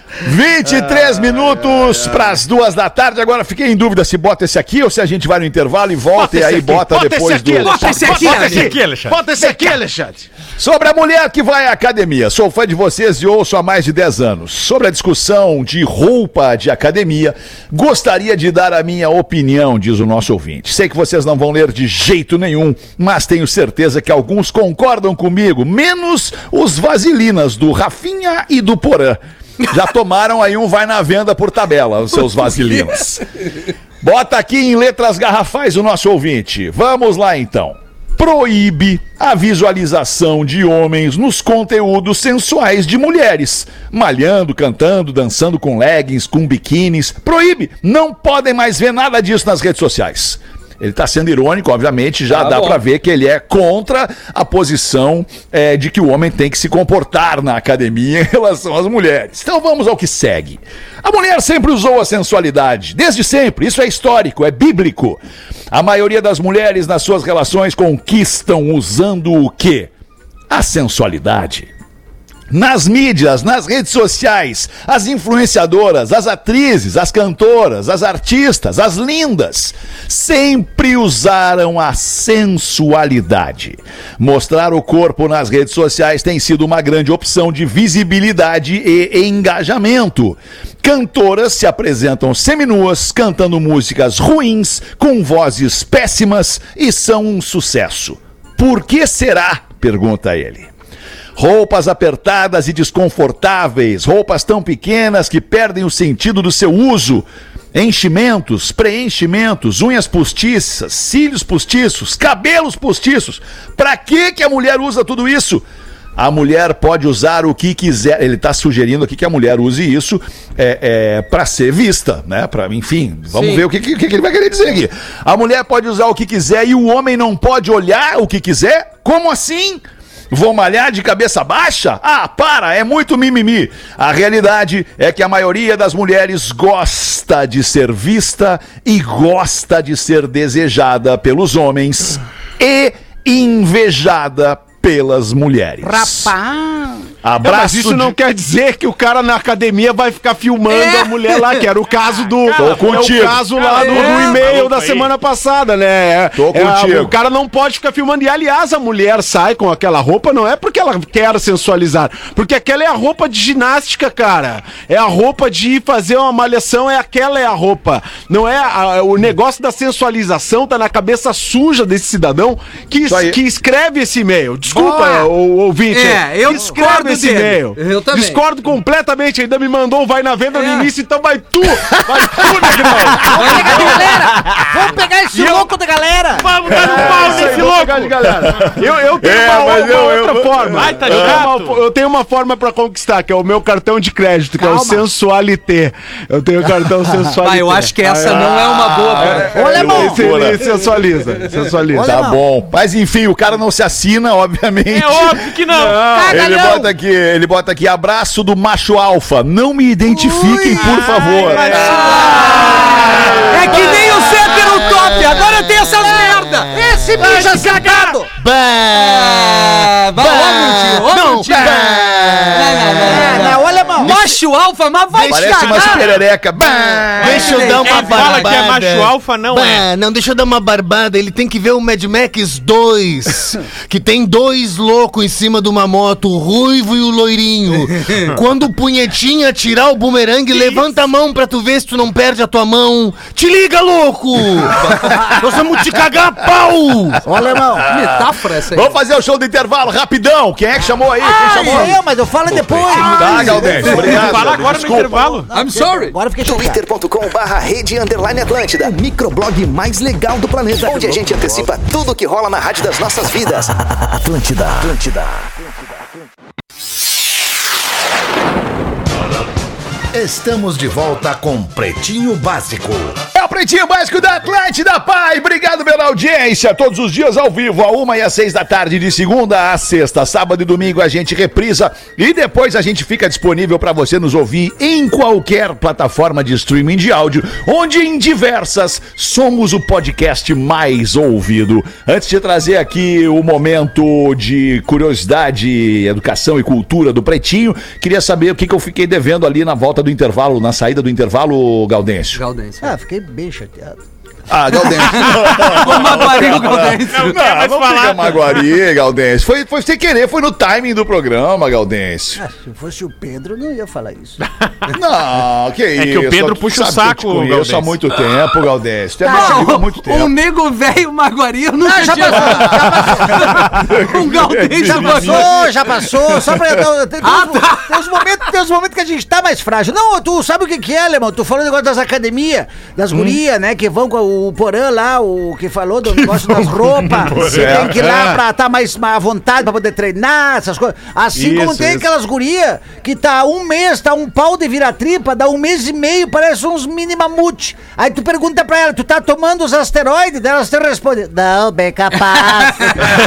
23 minutos pras 2 da tarde. Agora fiquei em dúvida se bota esse aqui ou se a gente vai no intervalo e volta e aí bota depois do... Bota esse aqui, Alexandre. Bota esse aqui, Alexandre. Sobre a mulher que vai à academia. Sou fã de vocês e ouço há mais de 10 anos. Sobre a discussão de roupa de academia, gostaria de dar a minha opinião, diz o nosso ouvinte. Sei que vocês não vão ler de jeito nenhum, mas tenho certeza que alguns concordam comigo, menos os vasilinas do Rafinha e do Porã. Já tomaram aí um vai na venda por tabela, os seus vasilinas. Bota aqui em letras garrafais o nosso ouvinte. Vamos lá então. Proíbe a visualização de homens nos conteúdos sensuais de mulheres. Malhando, cantando, dançando com leggings, com biquínis. Proíbe. Não podem mais ver nada disso nas redes sociais. Ele está sendo irônico, obviamente, já dá para ver que ele é contra a posição de que o homem tem que se comportar na academia em relação às mulheres. Então vamos ao que segue. A mulher sempre usou a sensualidade, desde sempre, isso é histórico, é bíblico. A maioria das mulheres nas suas relações conquistam usando o quê? A sensualidade. Nas mídias, nas redes sociais, as influenciadoras, as atrizes, as cantoras, as artistas, as lindas, sempre usaram a sensualidade. Mostrar o corpo nas redes sociais tem sido uma grande opção de visibilidade e engajamento. Cantoras se apresentam seminuas, cantando músicas ruins, com vozes péssimas e são um sucesso. Por que será? Pergunta ele. Roupas apertadas e desconfortáveis, roupas tão pequenas que perdem o sentido do seu uso, enchimentos, preenchimentos, unhas postiças, cílios postiços, cabelos postiços. Pra que a mulher usa tudo isso? A mulher pode usar o que quiser. Ele está sugerindo aqui que a mulher use isso para ser vista, né? Enfim, vamos ver o que ele vai querer dizer aqui. A mulher pode usar o que quiser e o homem não pode olhar o que quiser? Como assim? Vou malhar de cabeça baixa? Ah, para, é muito mimimi. A realidade é que a maioria das mulheres gosta de ser vista e gosta de ser desejada pelos homens e invejada pelas mulheres. Rapaz! Mas isso não quer dizer que o cara na academia vai ficar filmando a mulher lá, que era o caso do... Tô contigo. É o caso lá do e-mail da semana passada, né? Tô contigo. O cara não pode ficar filmando. E, aliás, a mulher sai com aquela roupa, não é porque ela quer sensualizar, porque aquela é a roupa de ginástica, cara. É a roupa de ir fazer uma malhação, aquela é a roupa. Não é o negócio da sensualização tá na cabeça suja desse cidadão que escreve esse e-mail. Desculpa, o ouvinte. Eu escreve discordo esse dele. e-mail. Eu também. Discordo completamente. Ainda me mandou vai na venda no início, então vai tu, Negrão. Vamos pegar de galera! Vamos pegar esse louco da galera! Vamos dar um pau nesse louco! Eu tenho uma outra forma. Vai, tá chato. Eu tenho uma forma pra conquistar, que é o meu cartão de crédito, que é o Sensualité. Eu tenho o cartão Sensualité. Eu acho que essa não é uma boa. Olha, irmão! Ele sensualiza. Tá bom. Mas enfim, o cara não se assina, obviamente. É óbvio que não. Ele bota aqui, abraço do macho alfa. Não me identifiquem, por favor. É que nem o Cétero Top, agora tem essas merda! Esse bicho é sacado! Não, olha, irmão! Macho alfa, mas vai Parece umas perereca. Deixa eu dar uma Quem fala barbada. que é macho alfa não é. Não, deixa eu dar uma barbada. Ele tem que ver o Mad Max 2, que tem 2 loucos em cima de uma moto, o ruivo e o loirinho. Quando o punhetinha tirar o bumerangue, levanta a mão pra tu ver se tu não perde a tua mão. Te liga, louco! Nós vamos te cagar a pau! Olha, irmão! Metáfora essa aí. Vamos fazer o show do intervalo, rapidão. Quem é que chamou aí? Quem chamou? Mas eu falo depois! Tá, Galdêncio, obrigado. Fala agora no intervalo. I'm sorry. Agora eu fiquei chateado. twitter.com/rede_atlântida, o microblog mais legal do planeta, onde a gente antecipa tudo que rola na rádio das nossas vidas. Atlântida. Estamos de volta com Pretinho Básico. É o Pretinho Básico da Atlântida, pai. Obrigado pela audiência. Todos os dias ao vivo, 1 e às 6 da tarde, de segunda a sexta. Sábado e domingo a gente reprisa e depois a gente fica disponível para você nos ouvir em qualquer plataforma de streaming de áudio, onde em diversas somos o podcast mais ouvido. Antes de trazer aqui o momento de curiosidade, educação e cultura do Pretinho, queria saber o que eu fiquei devendo ali na volta do intervalo, na saída do intervalo, Gaudêncio. Fiquei bem chateado. Gaudêncio. Maguari, o Gaudêncio. Não fica Maguari, Gaudêncio. Foi sem querer, foi no timing do programa, Gaudêncio. Se fosse o Pedro, não ia falar isso. Não, que isso. É que o Pedro puxa o saco, eu te conheço Gaudêncio. há muito tempo, Gaudêncio. Tu é meu amigo há muito tempo. Um nego velho Maguari, eu nunca Já tinha... Um Gaudêncio Já passou. Só pra... Tem uns momentos que a gente tá mais frágil. Não, tu sabe o que é, Alemão? Tu falou o negócio das academias, das gurias, né? Que vão com o Porã lá, o que falou do negócio das roupas. Você tem que ir lá pra estar mais à vontade, pra poder treinar, essas coisas. Assim como tem aquelas gurias que tá um mês, tá um pau de vira-tripa, dá 1 mês e meio, parece uns mini mamute. Aí tu pergunta pra ela, tu tá tomando os asteroides? Elas te respondem, não, bem capaz.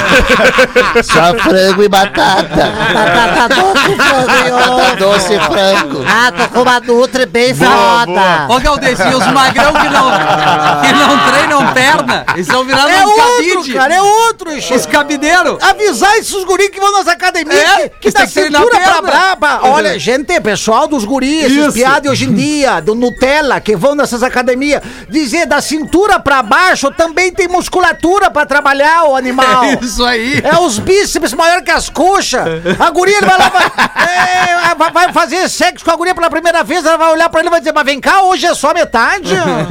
Só frango e batata. Batata doce, frango. Doce e frango. Tô com uma Nutri bem foda. Ô, Galdêncio, e os magrão que não treinam perna, eles estão virando É um outro, cabide. cara, é outro, Os cabideiros. Avisar esses guris que vão nas academias, que tem dá que treinar cintura pra perna. braba. Olha, gente, pessoal dos guris, esses piados hoje em dia, do Nutella, que vão nessas academias, dizer da cintura pra baixo também tem musculatura pra trabalhar, o animal. É isso aí. É os bíceps maior que as coxas. A guria, ele vai lá, vai fazer sexo com a guria pela primeira vez, ela vai olhar pra ele e vai dizer, mas vem cá, hoje é só metade.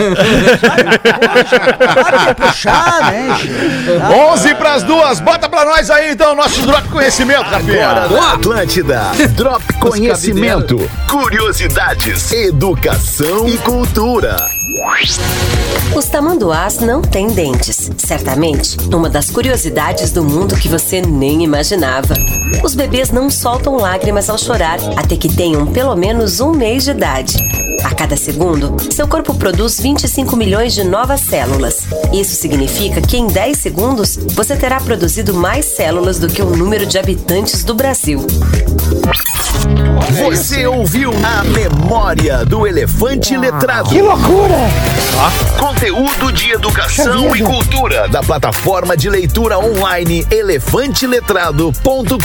Para de puxar, né, gente? 11 pras 2, bota pra nós aí então o nosso Drop Conhecimento, Rafinha. Atlântida, Drop Conhecimento, curiosidades, educação e cultura. Os tamanduás não têm dentes. Certamente, uma das curiosidades do mundo que você nem imaginava. Os bebês não soltam lágrimas ao chorar até que tenham pelo menos 1 mês de idade. A cada segundo, seu corpo produz 25 milhões de novas células. Isso significa que em 10 segundos, você terá produzido mais células do que o número de habitantes do Brasil. Você ouviu a memória do elefante letrado. Que loucura! Conteúdo de educação e cultura da plataforma de leitura online elefanteletrado.com.br.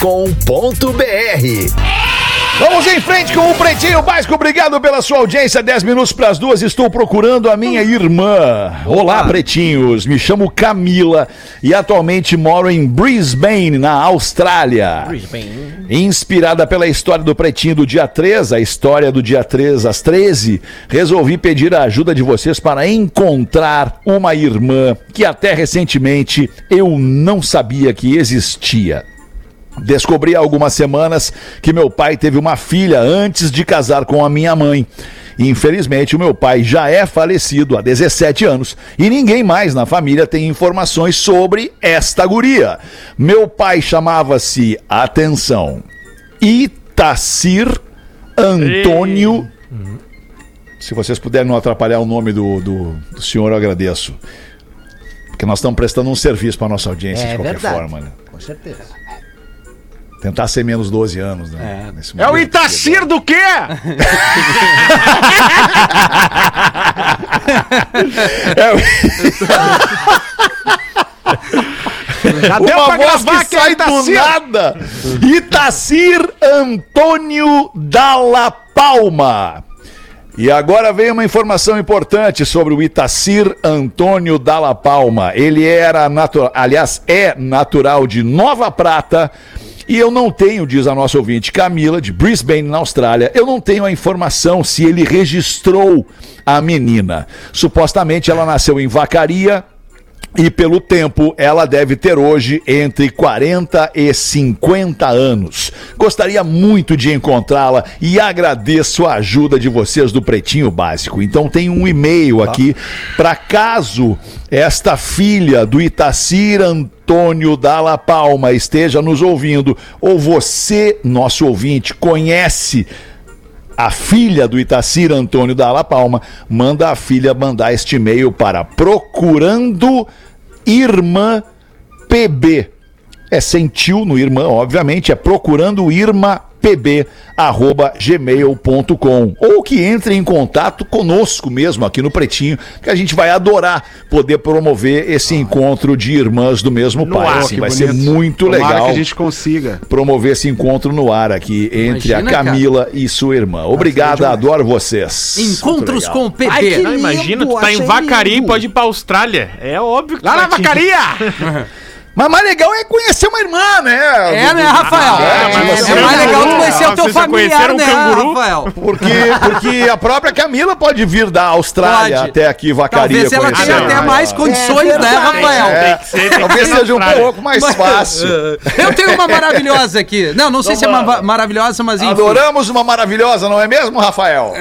Vamos em frente com o Pretinho Básico. Obrigado pela sua audiência. 10 minutos para as 2. Estou procurando a minha irmã. Olá, pretinhos. Me chamo Camila e atualmente moro em Brisbane, na Austrália. Inspirada pela história do Pretinho do dia 3, a história do dia 3 às 13, resolvi pedir a ajuda de vocês para encontrar uma irmã que até recentemente eu não sabia que existia. Descobri há algumas semanas que meu pai teve uma filha antes de casar com a minha mãe. Infelizmente, o meu pai já é falecido há 17 anos e ninguém mais na família tem informações sobre esta guria. Meu pai chamava-se, atenção, Itacir Antônio. Se vocês puderem não atrapalhar o nome do senhor, eu agradeço. Porque nós estamos prestando um serviço para nossa audiência de qualquer forma, né? Com certeza. Tentar ser menos 12 anos, né? É o Itacir do quê? Até uma voz que sai do nada. Itacir Antônio Dalla Palma. E agora vem uma informação importante sobre o Itacir Antônio Dalla Palma. Ele era é natural de Nova Prata. E eu não tenho, diz a nossa ouvinte Camila, de Brisbane, na Austrália, eu não tenho a informação se ele registrou a menina. Supostamente ela nasceu em Vacaria e, pelo tempo, ela deve ter hoje entre 40 e 50 anos. Gostaria muito de encontrá-la e agradeço a ajuda de vocês do Pretinho Básico. Então tem um e-mail aqui para caso esta filha do Itacir Antônio Dalla Palma esteja nos ouvindo, ou você, nosso ouvinte, conhece a filha do Itacir Antônio Dalla Palma, manda a filha mandar este e-mail para procurando irmã PB. É sem tio no irmã, obviamente, é procurando irmã pb@gmail.com, ou que entre em contato conosco mesmo aqui no Pretinho, que a gente vai adorar poder promover esse encontro de irmãs do mesmo pai. Assim, vai ser muito legal que a gente consiga promover esse encontro no ar aqui entre a Camila e sua irmã. Obrigado, adoro vocês. Encontros com o PB. Ai, não, imagina, tu tá em Vacaria e pode ir pra Austrália. É óbvio que lá na Vacaria! Mas mais legal é conhecer uma irmã, né? É, né, Rafael? É mais legal tu conhecer o teu familiar, né, Rafael? Porque a própria Camila pode vir da Austrália até aqui, Vacaria. Talvez ela tenha até mais condições, né, Rafael? Talvez seja um pouco mais fácil. Eu tenho uma maravilhosa aqui. Não sei se é uma maravilhosa, mas enfim. Adoramos uma maravilhosa, não é mesmo, Rafael?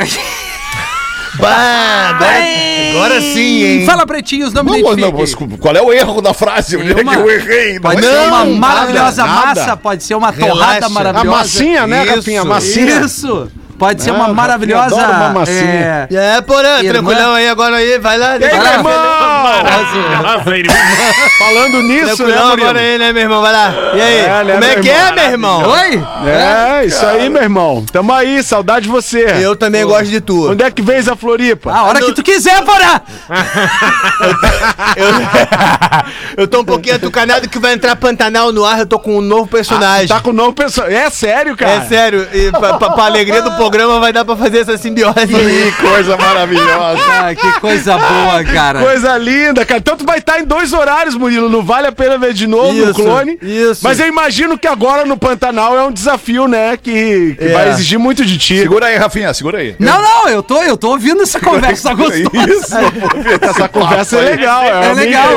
Agora sim, hein? Fala, pretinhos, não me identifique. Qual é o erro da frase? Onde é que eu errei? Pode ser uma maravilhosa massa, pode ser uma torrada maravilhosa. A massinha, né, Rafinha? A massinha. Isso. Pode ser uma maravilhosa... Uma massinha. Porra, tranquilão aí, agora aí, vai lá. E aí, meu irmão? Falando nisso, né, Murilo? Agora aí, né, meu irmão? Vai lá. E aí, como é que é, meu irmão? Oi? Isso aí, meu irmão. Tamo aí, saudade de você. Eu também gosto de tu. Onde é que vens a Floripa? A hora que tu quiser, porra! Eu tô um pouquinho atucanado que vai entrar Pantanal no ar, eu tô com um novo personagem. Tá com um novo personagem. É sério, cara? É sério. E pra alegria do programa vai dar pra fazer essa simbiose aí. Que coisa maravilhosa. Ah, que coisa boa, cara. Coisa linda, cara. Então tu vai estar em 2 horários, Murilo. Não vale a pena ver de novo no clone. Isso. Mas eu imagino que agora no Pantanal é um desafio, né? Que vai exigir muito de ti. Segura aí, Rafinha, segura aí. Não, eu tô ouvindo essa conversa gostosa. Isso, essa conversa é legal. É legal.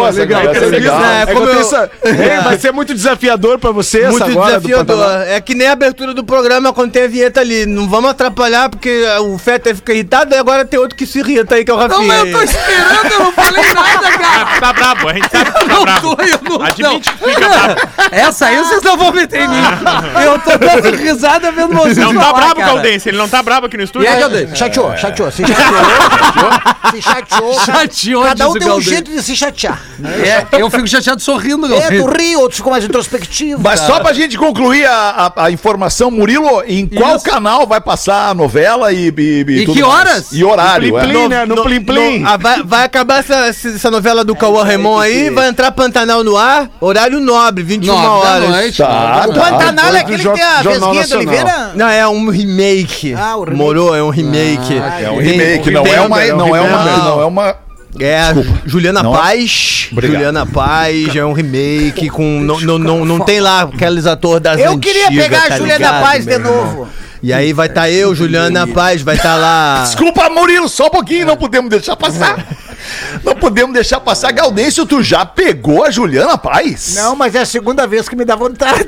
Vai ser muito desafiador pra você essa muito agora desafiador. É que nem a abertura do programa quando tem a vinheta ali. Não vamos atrapalhar porque o Fetter fica irritado e agora tem outro que se irrita aí, que é o Rafinha. Não, mas eu tô esperando, eu não falei nada, cara. Tá brabo, a gente sabe que tá brabo. Admite que fica brabo. Essa aí vocês não vão meter em mim. Eu tô dando risada vendo vocês não falar, tá brabo, cara. Caldense, ele não tá brabo aqui no estúdio. E aí, Caldense? Chateou. Se chateou. Chateou, Cada um diz o tem um Caldense. jeito de se chatear. Eu fico chateado sorrindo, Tu ri, outros ficam mais introspectivos. Mas só pra gente concluir a informação, Murilo, em qual canal vai passar a novela e tudo que mais? horas? E horário, No Plim-Plim, né? No Plim-Plim. Vai acabar essa novela do Cauã Raymond aí, vai entrar Pantanal no ar, horário nobre, 21 horas. Tá, O Pantanal é aquele que tem a Jornal Vesguinha de Nacional. Oliveira? Não, é um remake. O remake. Morou, é um remake. É um remake, não é uma... É, Desculpa. Juliana Não. Paz. Obrigado. Juliana Paz, é um remake com. Não tem lá aqueles atores das Eu queria antigas, pegar a tá Juliana ligado, Paz de meu irmão? novo. E aí vai estar eu, Juliana Paz, vai estar lá... Desculpa, Murilo, só um pouquinho, não podemos deixar passar. Não podemos deixar passar. Gaudêncio, tu já pegou a Juliana Paz? Não, mas é a segunda vez que me dá vontade.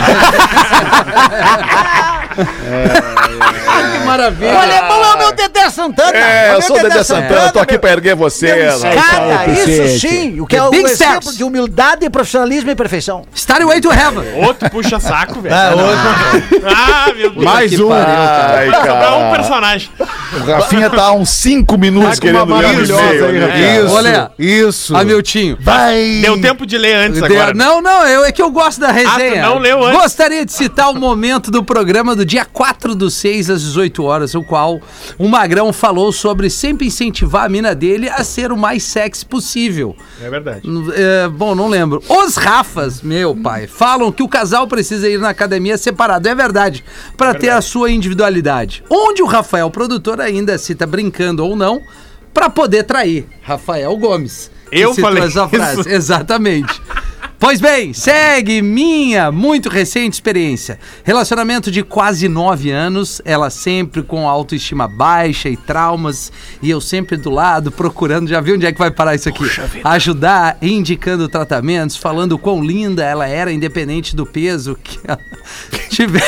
Que maravilha. O alemão é o meu Dedé Santana. Eu sou o Dedé Santana, tô aqui pra erguer você. Cara, isso sim. O que é o Big exemplo steps. de humildade, profissionalismo e perfeição. Starway to Heaven. Outro puxa-saco, velho. Meu Deus. Mais que um. pariu, cara. Ai, Vai sobrar cara. um personagem. O Rafinha tá há uns 5 minutos Tá com uma querendo ler o maravilhosa e-mail, aí, né? Rafinha. Olha, Isso. Hamiltinho. Vai. Deu tempo de ler antes agora. Não, é que eu gosto da resenha. não leu antes. Gostaria de citar o momento do programa do dia 4/6 às 18 horas, o qual o Magrão falou sobre sempre incentivar a mina dele a ser o mais sexy possível. É verdade. Bom, não lembro. Os Rafas, meu pai, falam que o casal precisa ir na academia separado. É verdade. Pra ter a sua individualidade. Onde o Rafael, produtor, ainda cita brincando ou não, pra poder trair. Rafael Gomes. que Eu citou falei essa frase. isso. Exatamente. Pois bem, segue minha muito recente experiência. Relacionamento de quase 9 anos, ela sempre com autoestima baixa e traumas, e eu sempre do lado, procurando, já vi onde é que vai parar isso aqui? Ajudar, indicando tratamentos, falando o quão linda ela era, independente do peso que ela tiver.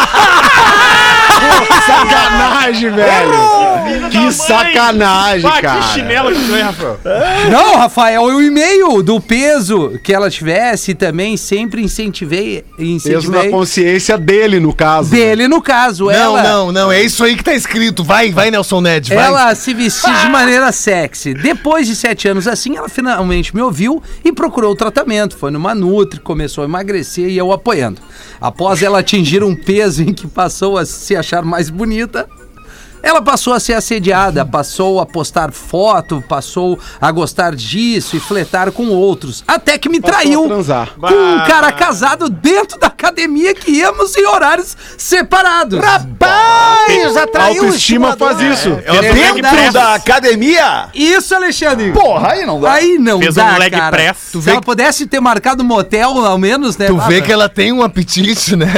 Sacanagem, velho. Que sacanagem, Bah, cara. que chinelo que tu é, Rafael. Não, Rafael, o e-mail do peso que ela tivesse e também sempre incentivei Peso na consciência dele, no caso. dele, no caso. Não, é isso aí que tá escrito. Vai, Nelson Ned, vai. Ela se vestia de maneira sexy. Depois de 7 anos assim, ela finalmente me ouviu e procurou o tratamento. Foi numa Nutri, começou a emagrecer e eu apoiando. Após ela atingir um peso em que passou a se achar mais bonita, ela passou a ser assediada, passou a postar foto, passou a gostar disso e fletar com outros. Até que me traiu transar. com um cara casado dentro da academia que íamos em horários separados. Rapaz, atraiu o Autoestima faz isso. Dentro da academia? Isso, Alexandre. Porra, aí não dá. Aí não Fez dá, um leg cara. press. Se ela pudesse ter marcado um motel, ao menos, né? Tu vê que ela tem um apetite, né?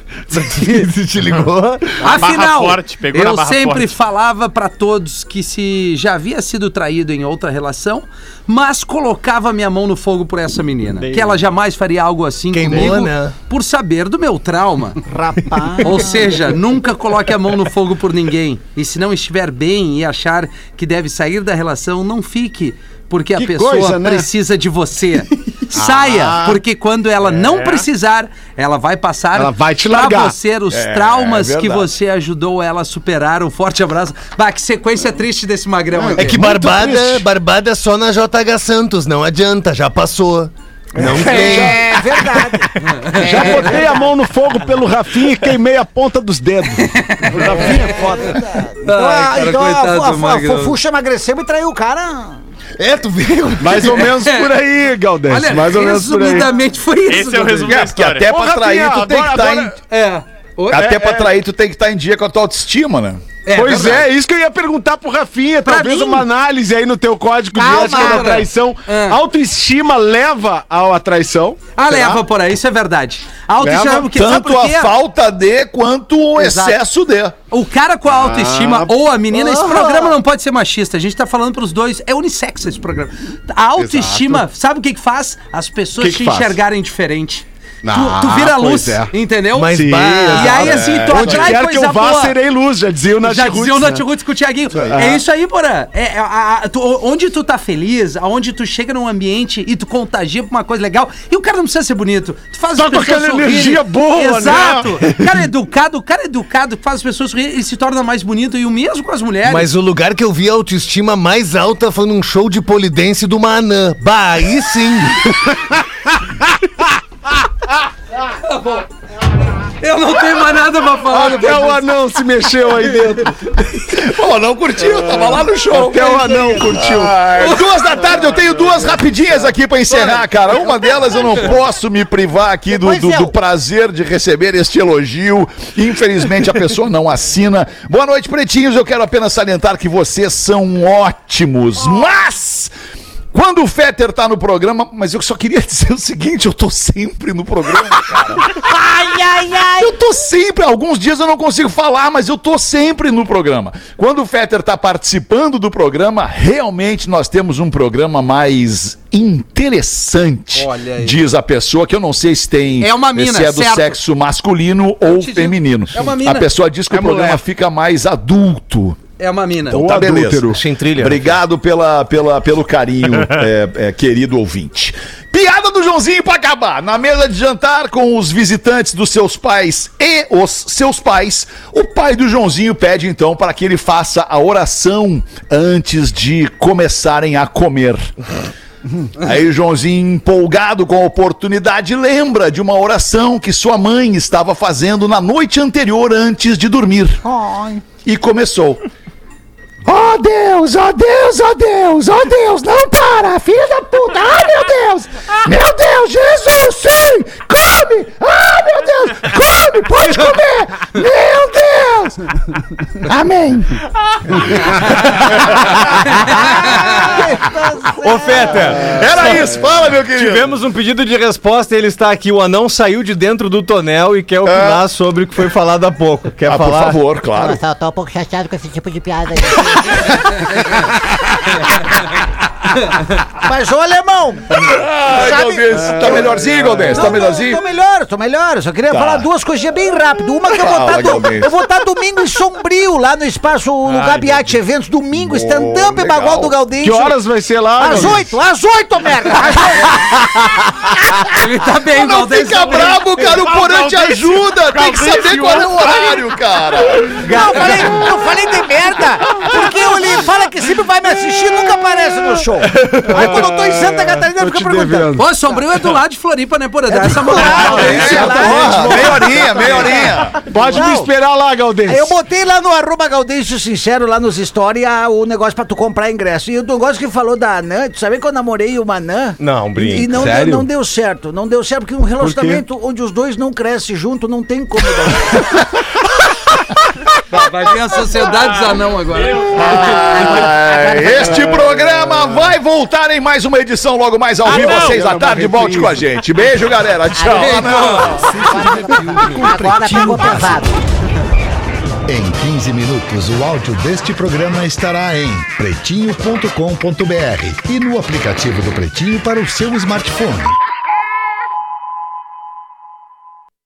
Te ligou? Afinal, forte, pegou na eu barra sempre forte. falava pra todos que se já havia sido traído em outra relação, mas colocava minha mão no fogo por essa menina. Que ela jamais faria algo assim Queimou, comigo, né? por saber do meu trauma. Rapaz. Ou seja, nunca coloque a mão no fogo por ninguém. E se não estiver bem e achar que deve sair da relação, não fique. Porque a Que pessoa coisa, né? precisa de você. Saia, porque quando ela não precisar, ela vai passar Ela vai te pra largar. você os traumas é que verdade. você ajudou ela a superar. Um forte abraço. Bah, que sequência triste desse magrão aqui. É que Barbada é só na JH Santos, não adianta, já passou. Não tem. É verdade. Já botei a mão no fogo pelo Rafinha e queimei a ponta dos dedos. O Rafinha é foda. Então coitado a do magrão. Fofuxa emagreceu e traiu o cara. É, tu viu? Mais ou menos por aí, Galdêncio. Olha, Mais ou menos por aí. resumidamente foi isso. Esse é o resumo da Porque história. até pra trair, tu tem que estar em... É. Oi? Até pra trair, tu tem que estar em dia com a tua autoestima, né? Pois é, isso que eu ia perguntar pro Rafinha. Talvez mim? uma análise aí no teu código de Calma, ética da cara. traição. Autoestima leva à traição? Ah, Será? leva por aí, isso é verdade. A autoestima, Leva porque, sabe Tanto por a quê? falta de quanto o Exato. excesso de. O cara com a autoestima ou a menina, esse programa não pode ser machista. A gente tá falando pros dois, é unissex esse programa. A autoestima, sabe o que que faz? As pessoas Que te faz? enxergarem diferente. Ah, tu vira pois luz, é. entendeu? Mas Sim, bah, E aí, assim, tu Onde atrai quer que coisa eu vá, boa. serei luz, já dizia o Nath Já Roots, dizia o né? Nath Roots com o Thiaguinho. É isso aí, Porã. Onde tu tá feliz, aonde tu chega num ambiente e tu contagia pra uma coisa legal, e o cara não precisa ser bonito. Tu faz Só as com pessoas aquela sorrirem. energia boa, né? Exato. O cara educado, que faz as pessoas sorrirem, ele se torna mais bonito, e o mesmo com as mulheres. Mas o lugar que eu vi a autoestima mais alta foi num show de polidense do Manã. Bah, aí sim. Eu não tenho mais nada pra falar. Até o anão se mexeu aí dentro. Pô, não curtiu, tava lá no show. Até o anão curtiu. 2h eu tenho duas rapidinhas aqui pra encerrar, cara. Uma delas eu não posso me privar aqui do prazer de receber este elogio. Infelizmente a pessoa não assina. Boa noite, pretinhos. Eu quero apenas salientar que vocês são ótimos, mas... Quando o Fetter tá no programa, mas eu só queria dizer o seguinte, eu tô sempre no programa, cara. Ai, ai, ai. Eu tô tô sempre, alguns dias eu não consigo falar, mas eu tô sempre no programa. Quando o Fetter tá participando do programa, realmente nós temos um programa mais interessante, diz a pessoa, que eu não sei se tem, é uma mina, se é do certo. sexo masculino ou feminino. É uma mina. A pessoa diz que o programa fica mais adulto. É uma mina. Então tá, beleza. Obrigado pelo carinho, querido ouvinte. Piada do Joãozinho pra acabar. Na mesa de jantar com os visitantes dos seus pais e os seus pais, o pai do Joãozinho pede então para que ele faça a oração antes de começarem a comer. Aí o Joãozinho, empolgado com a oportunidade, lembra de uma oração que sua mãe estava fazendo na noite anterior antes de dormir. E começou. Oh Deus, oh Deus, oh Deus, oh Deus, não para, filha da puta, ai meu Deus, Jesus, sim, come, ai meu Deus, come, pode comer, meu Deus, amém. Ô Fetter, era isso, fala meu querido. Tivemos um pedido de resposta e ele está aqui, o anão saiu de dentro do tonel e quer opinar sobre o que foi falado há pouco. Quer falar? Por favor, claro. Eu tô um pouco chateado com esse tipo de piada aí. Mas, ô alemão! Tá melhorzinho, Galdense? Tá melhorzinho? Tô melhor. Só queria falar duas coisinhas bem rápido. Uma que eu vou estar domingo em Sombrio, lá no espaço, no Gabiate Eventos, domingo, stand-up e bagual do Galdense. Que horas vai ser lá? Às 8, merda! Ele tá bem, não fica bravo, cara, o Porã te ajuda. Tem que saber qual é o horário, cara. Não, eu falei de merda, porque ele fala que sempre vai me assistir e nunca aparece no show. Aí quando eu tô em Santa Catarina, eu fico perguntando. Pô, Sombrio é do lado de Floripa, né, Porã? Essa meia horinha. Pode me esperar lá, Galdense. Eu botei lá no @Gaudêncio Sincero, lá nos stories, o negócio pra tu comprar ingresso. E o negócio que falou da Anã, tu sabe que eu namorei uma Anã? Não, brinca. E não deu certo. Não deu certo porque um relacionamento onde os dois não crescem junto não tem como dar. Vai vir a sociedade dos anão agora. Este programa vai voltar em mais uma edição logo mais ao vivo às 6 da tarde. Volte com a gente. Beijo, galera. Tchau. Agora pegou pesado. Em 15 minutos, o áudio deste programa estará em pretinho.com.br e no aplicativo do Pretinho para o seu smartphone.